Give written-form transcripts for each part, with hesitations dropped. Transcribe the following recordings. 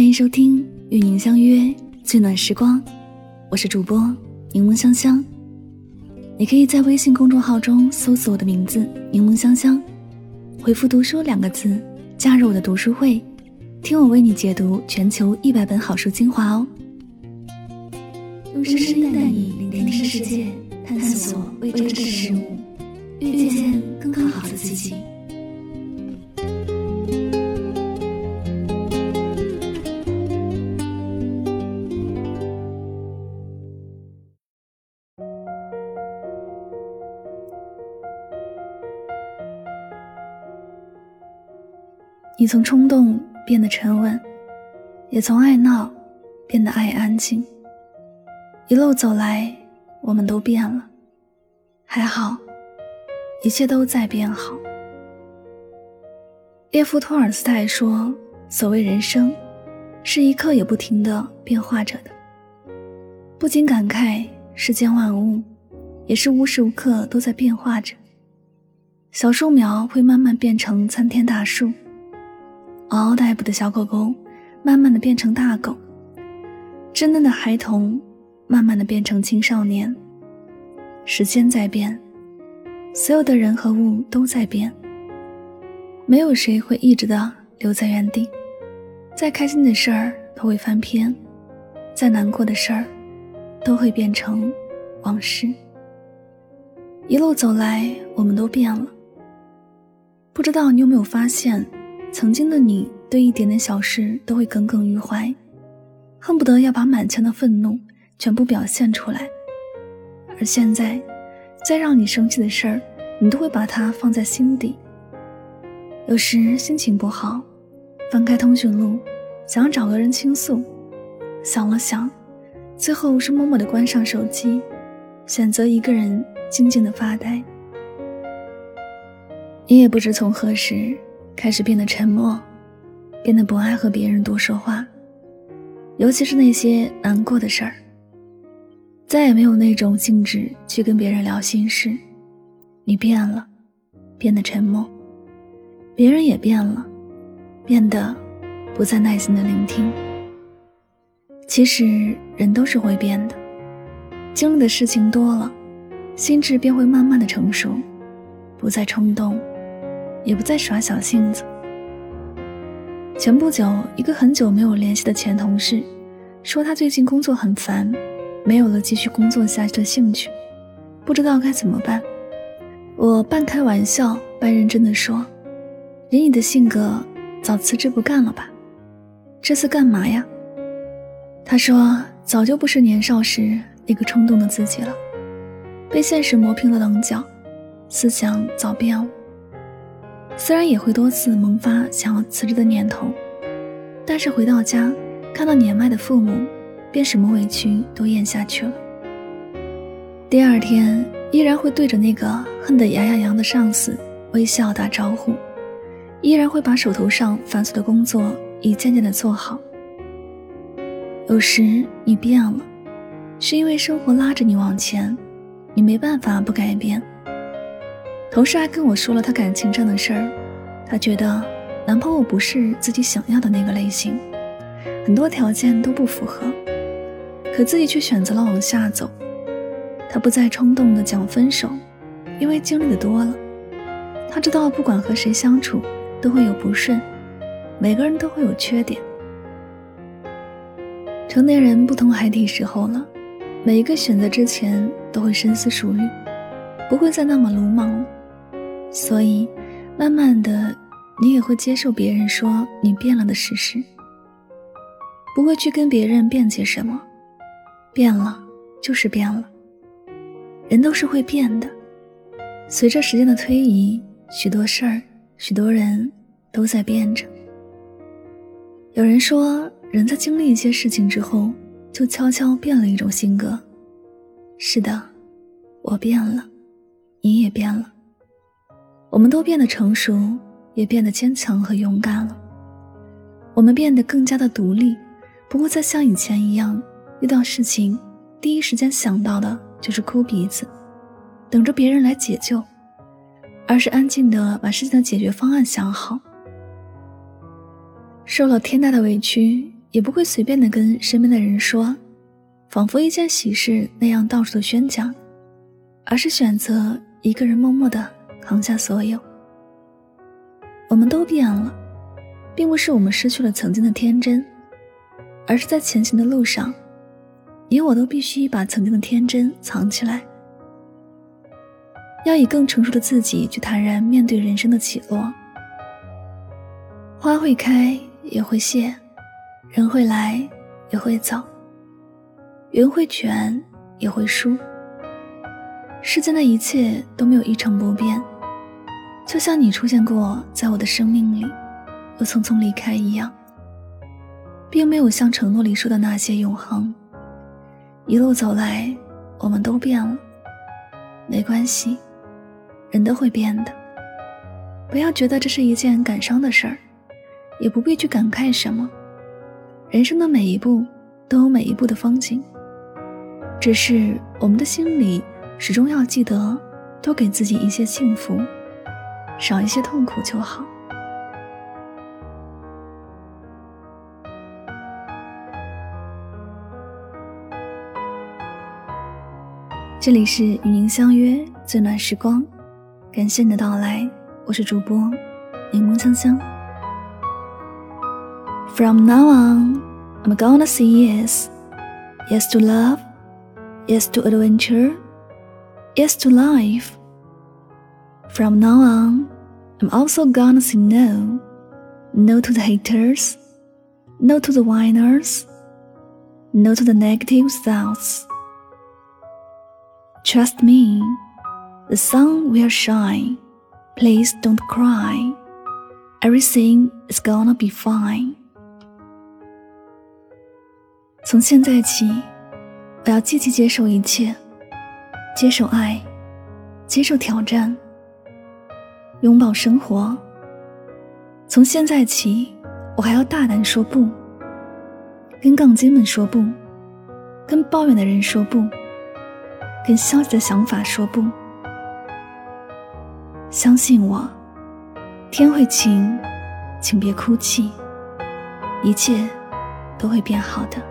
迎收听与您相约最暖时光，我是主播柠檬香香。你可以在微信公众号中搜索我的名字柠檬香香，回复读书2个字，加入我的读书会，听我为你解读全球100本好书精华哦。用声音带你聆听世界，探索未知的事物，遇见更好的自己。你从冲动变得沉稳，也从爱闹变得爱安静。一路走来，我们都变了，还好，一切都在变好。列夫·托尔斯泰说，所谓人生，是一刻也不停地变化着的。不禁感慨世间万物，也是无时无刻都在变化着。小树苗会慢慢变成参天大树，嗷嗷待哺的小狗狗慢慢地变成大狗，稚嫩的孩童慢慢地变成青少年。时间在变，所有的人和物都在变，没有谁会一直地留在原地。再开心的事儿都会翻篇，再难过的事儿都会变成往事。一路走来，我们都变了。不知道你有没有发现，曾经的你对一点点小事都会耿耿于怀，恨不得要把满腔的愤怒全部表现出来。而现在，再让你生气的事儿，你都会把它放在心底。有时心情不好，翻开通讯录，想要找个人倾诉，想了想，最后是默默地关上手机，选择一个人静静地发呆。你也不知从何时开始变得沉默，变得不爱和别人多说话，尤其是那些难过的事儿，再也没有那种兴致去跟别人聊心事。你变了，变得沉默，别人也变了，变得不再耐心的聆听。其实人都是会变的，经历的事情多了，心智便会慢慢的成熟，不再冲动，也不再耍小性子。前不久，一个很久没有联系的前同事说他最近工作很烦，没有了继续工作下去的兴趣，不知道该怎么办。我半开玩笑半认真地说，以你的性格早辞职不干了吧，这次干嘛呀？他说早就不是年少时那个冲动的自己了，被现实磨平了棱角，思想早变了。虽然也会多次萌发想要辞职的念头，但是回到家看到年迈的父母，便什么委屈都咽下去了。第二天依然会对着那个恨得牙痒痒的上司微笑打招呼，依然会把手头上繁琐的工作一件件地做好。有时你变了，是因为生活拉着你往前，你没办法不改变。同事还跟我说了他感情上的事儿，他觉得男朋友不是自己想要的那个类型，很多条件都不符合，可自己却选择了往下走。他不再冲动地讲分手，因为经历的多了，他知道不管和谁相处都会有不顺，每个人都会有缺点。成年人不同海底时候了，每一个选择之前都会深思熟虑，不会再那么鲁莽了。所以慢慢的你也会接受别人说你变了的事实，不会去跟别人辩解什么，变了就是变了。人都是会变的，随着时间的推移，许多事儿许多人都在变着。有人说人在经历一些事情之后就悄悄变了一种性格。是的，我变了，你也变了，我们都变得成熟，也变得坚强和勇敢了。我们变得更加的独立，不会再像以前一样，遇到事情第一时间想到的就是哭鼻子，等着别人来解救，而是安静地把事情的解决方案想好。受了天大的委屈， 也不会随便的跟身边的人说，仿佛一件喜事那样到处的宣讲，而是选择一个人默默的扛下所有。我们都变了，并不是我们失去了曾经的天真，而是在前行的路上，你我都必须把曾经的天真藏起来，要以更成熟的自己去坦然面对人生的起落。花会开也会谢，人会来也会走，缘会全也会输。世间的一切都没有一成不变，就像你出现过在我的生命里，又匆匆离开一样，并没有像承诺里说的那些永恒。一路走来，我们都变了，没关系，人都会变的。不要觉得这是一件感伤的事儿，也不必去感慨什么。人生的每一步都有每一步的风景，只是我们的心里始终要记得，多给自己一些幸福，少一些痛苦就好。这里是与您相约最暖时光，感谢你的到来，我是主播柠檬香香。From now on, I'm gonna say yes. Yes to love, yes to adventure, yes to life. From now on, I'm also gonna say no. No to the haters, no to the whiners, no to the negative thoughts. Trust me, the sun will shine. Please don't cry. Everything is gonna be fine. 从现在起，我要积极接受一切，接受爱，接受挑战，拥抱生活。从现在起，我还要大胆说不，跟杠精们说不，跟抱怨的人说不，跟消极的想法说不。相信我，天会晴，请别哭泣，一切都会变好的。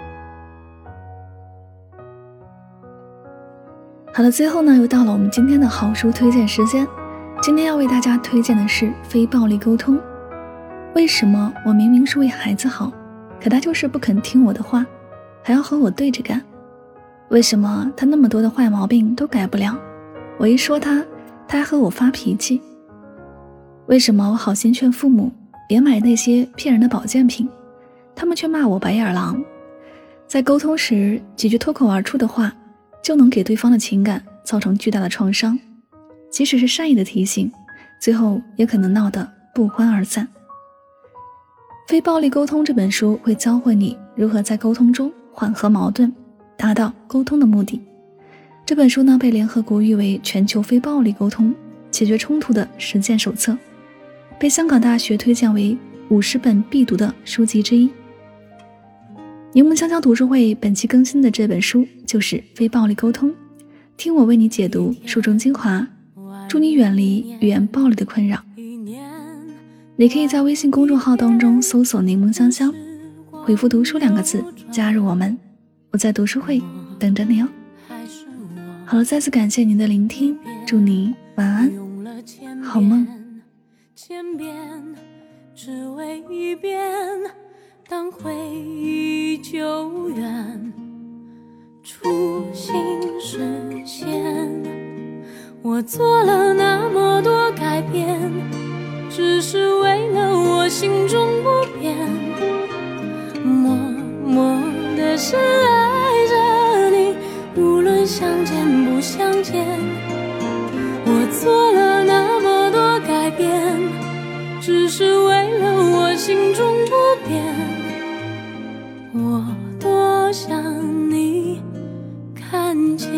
好了，最后呢，又到了我们今天的好书推荐时间。今天要为大家推荐的是非暴力沟通。为什么我明明是为孩子好，可他就是不肯听我的话，还要和我对着干？为什么他那么多的坏毛病都改不了，我一说他还和我发脾气？为什么我好心劝父母别买那些骗人的保健品，他们却骂我白眼狼？在沟通时，几句脱口而出的话就能给对方的情感造成巨大的创伤，即使是善意的提醒，最后也可能闹得不欢而散。非暴力沟通这本书会教会你如何在沟通中缓和矛盾，达到沟通的目的。这本书呢，被联合国誉为全球非暴力沟通解决冲突的实践手册，被香港大学推荐为50本必读的书籍之一。柠檬香香读书会本期更新的这本书就是《非暴力沟通》，听我为你解读书中精华，祝你远离语言暴力的困扰。你可以在微信公众号当中搜索柠檬香香，回复读书2个字加入我们，我在读书会等着你哦。好了，再次感谢您的聆听，祝你晚安，好梦。 千遍只为一遍，当回忆久远，初心实现。我做了那么多改变，只是为了我心中不变，默默的深爱着你，无论相见不相见。我做了那么多改变，只是为了我心中不变，我多想你看见。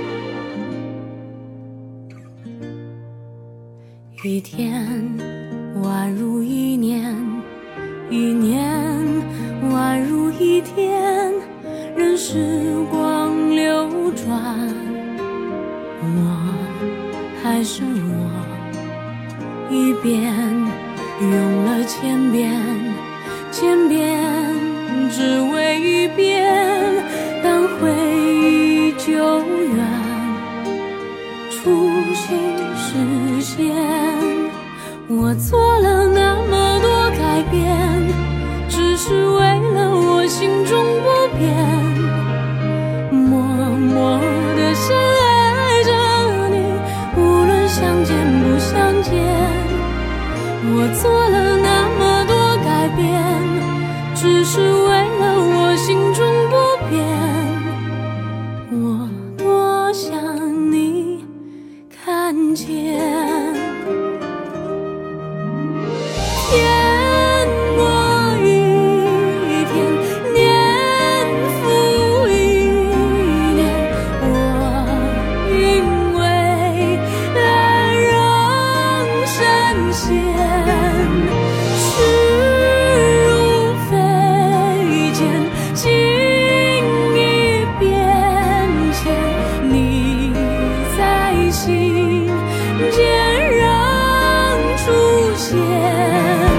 雨天宛如一年，一年宛如一天，任时光流转，我还是我，一遍用了千遍，千遍只为一遍，当回忆久远，初心实现。我做了那么多改变，只是为了我心中不变，默默地深爱着你，无论相见不相见。我做了那么多改变，只是为了我心中不变，我多想你看见。天过一天，年复一年，我因为爱仍深陷，事如飞剑，情已变迁，你在心间仍出现。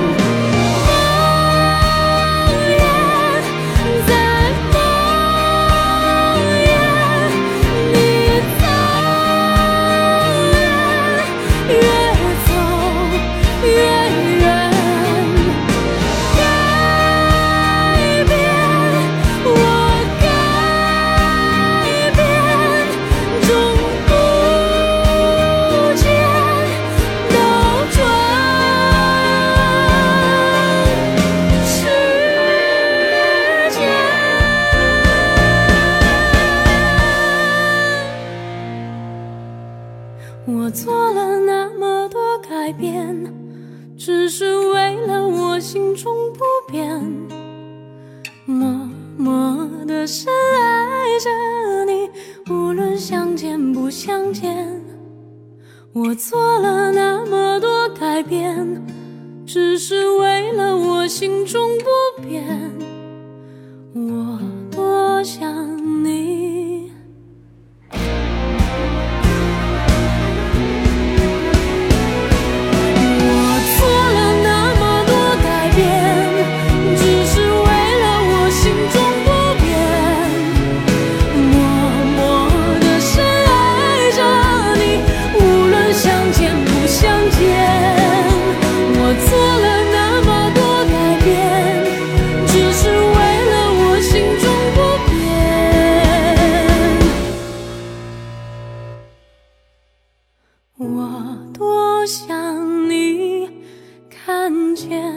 我做了那么多改变，只是为了我心中不变，默默地深爱着你，无论相见不相见。我做了那么多改变，只是为了我心中不变，我多想你。我多想你看见，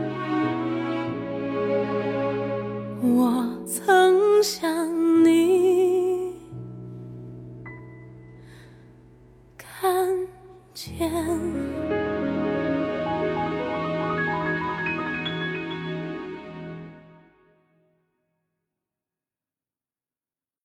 我曾想你看见。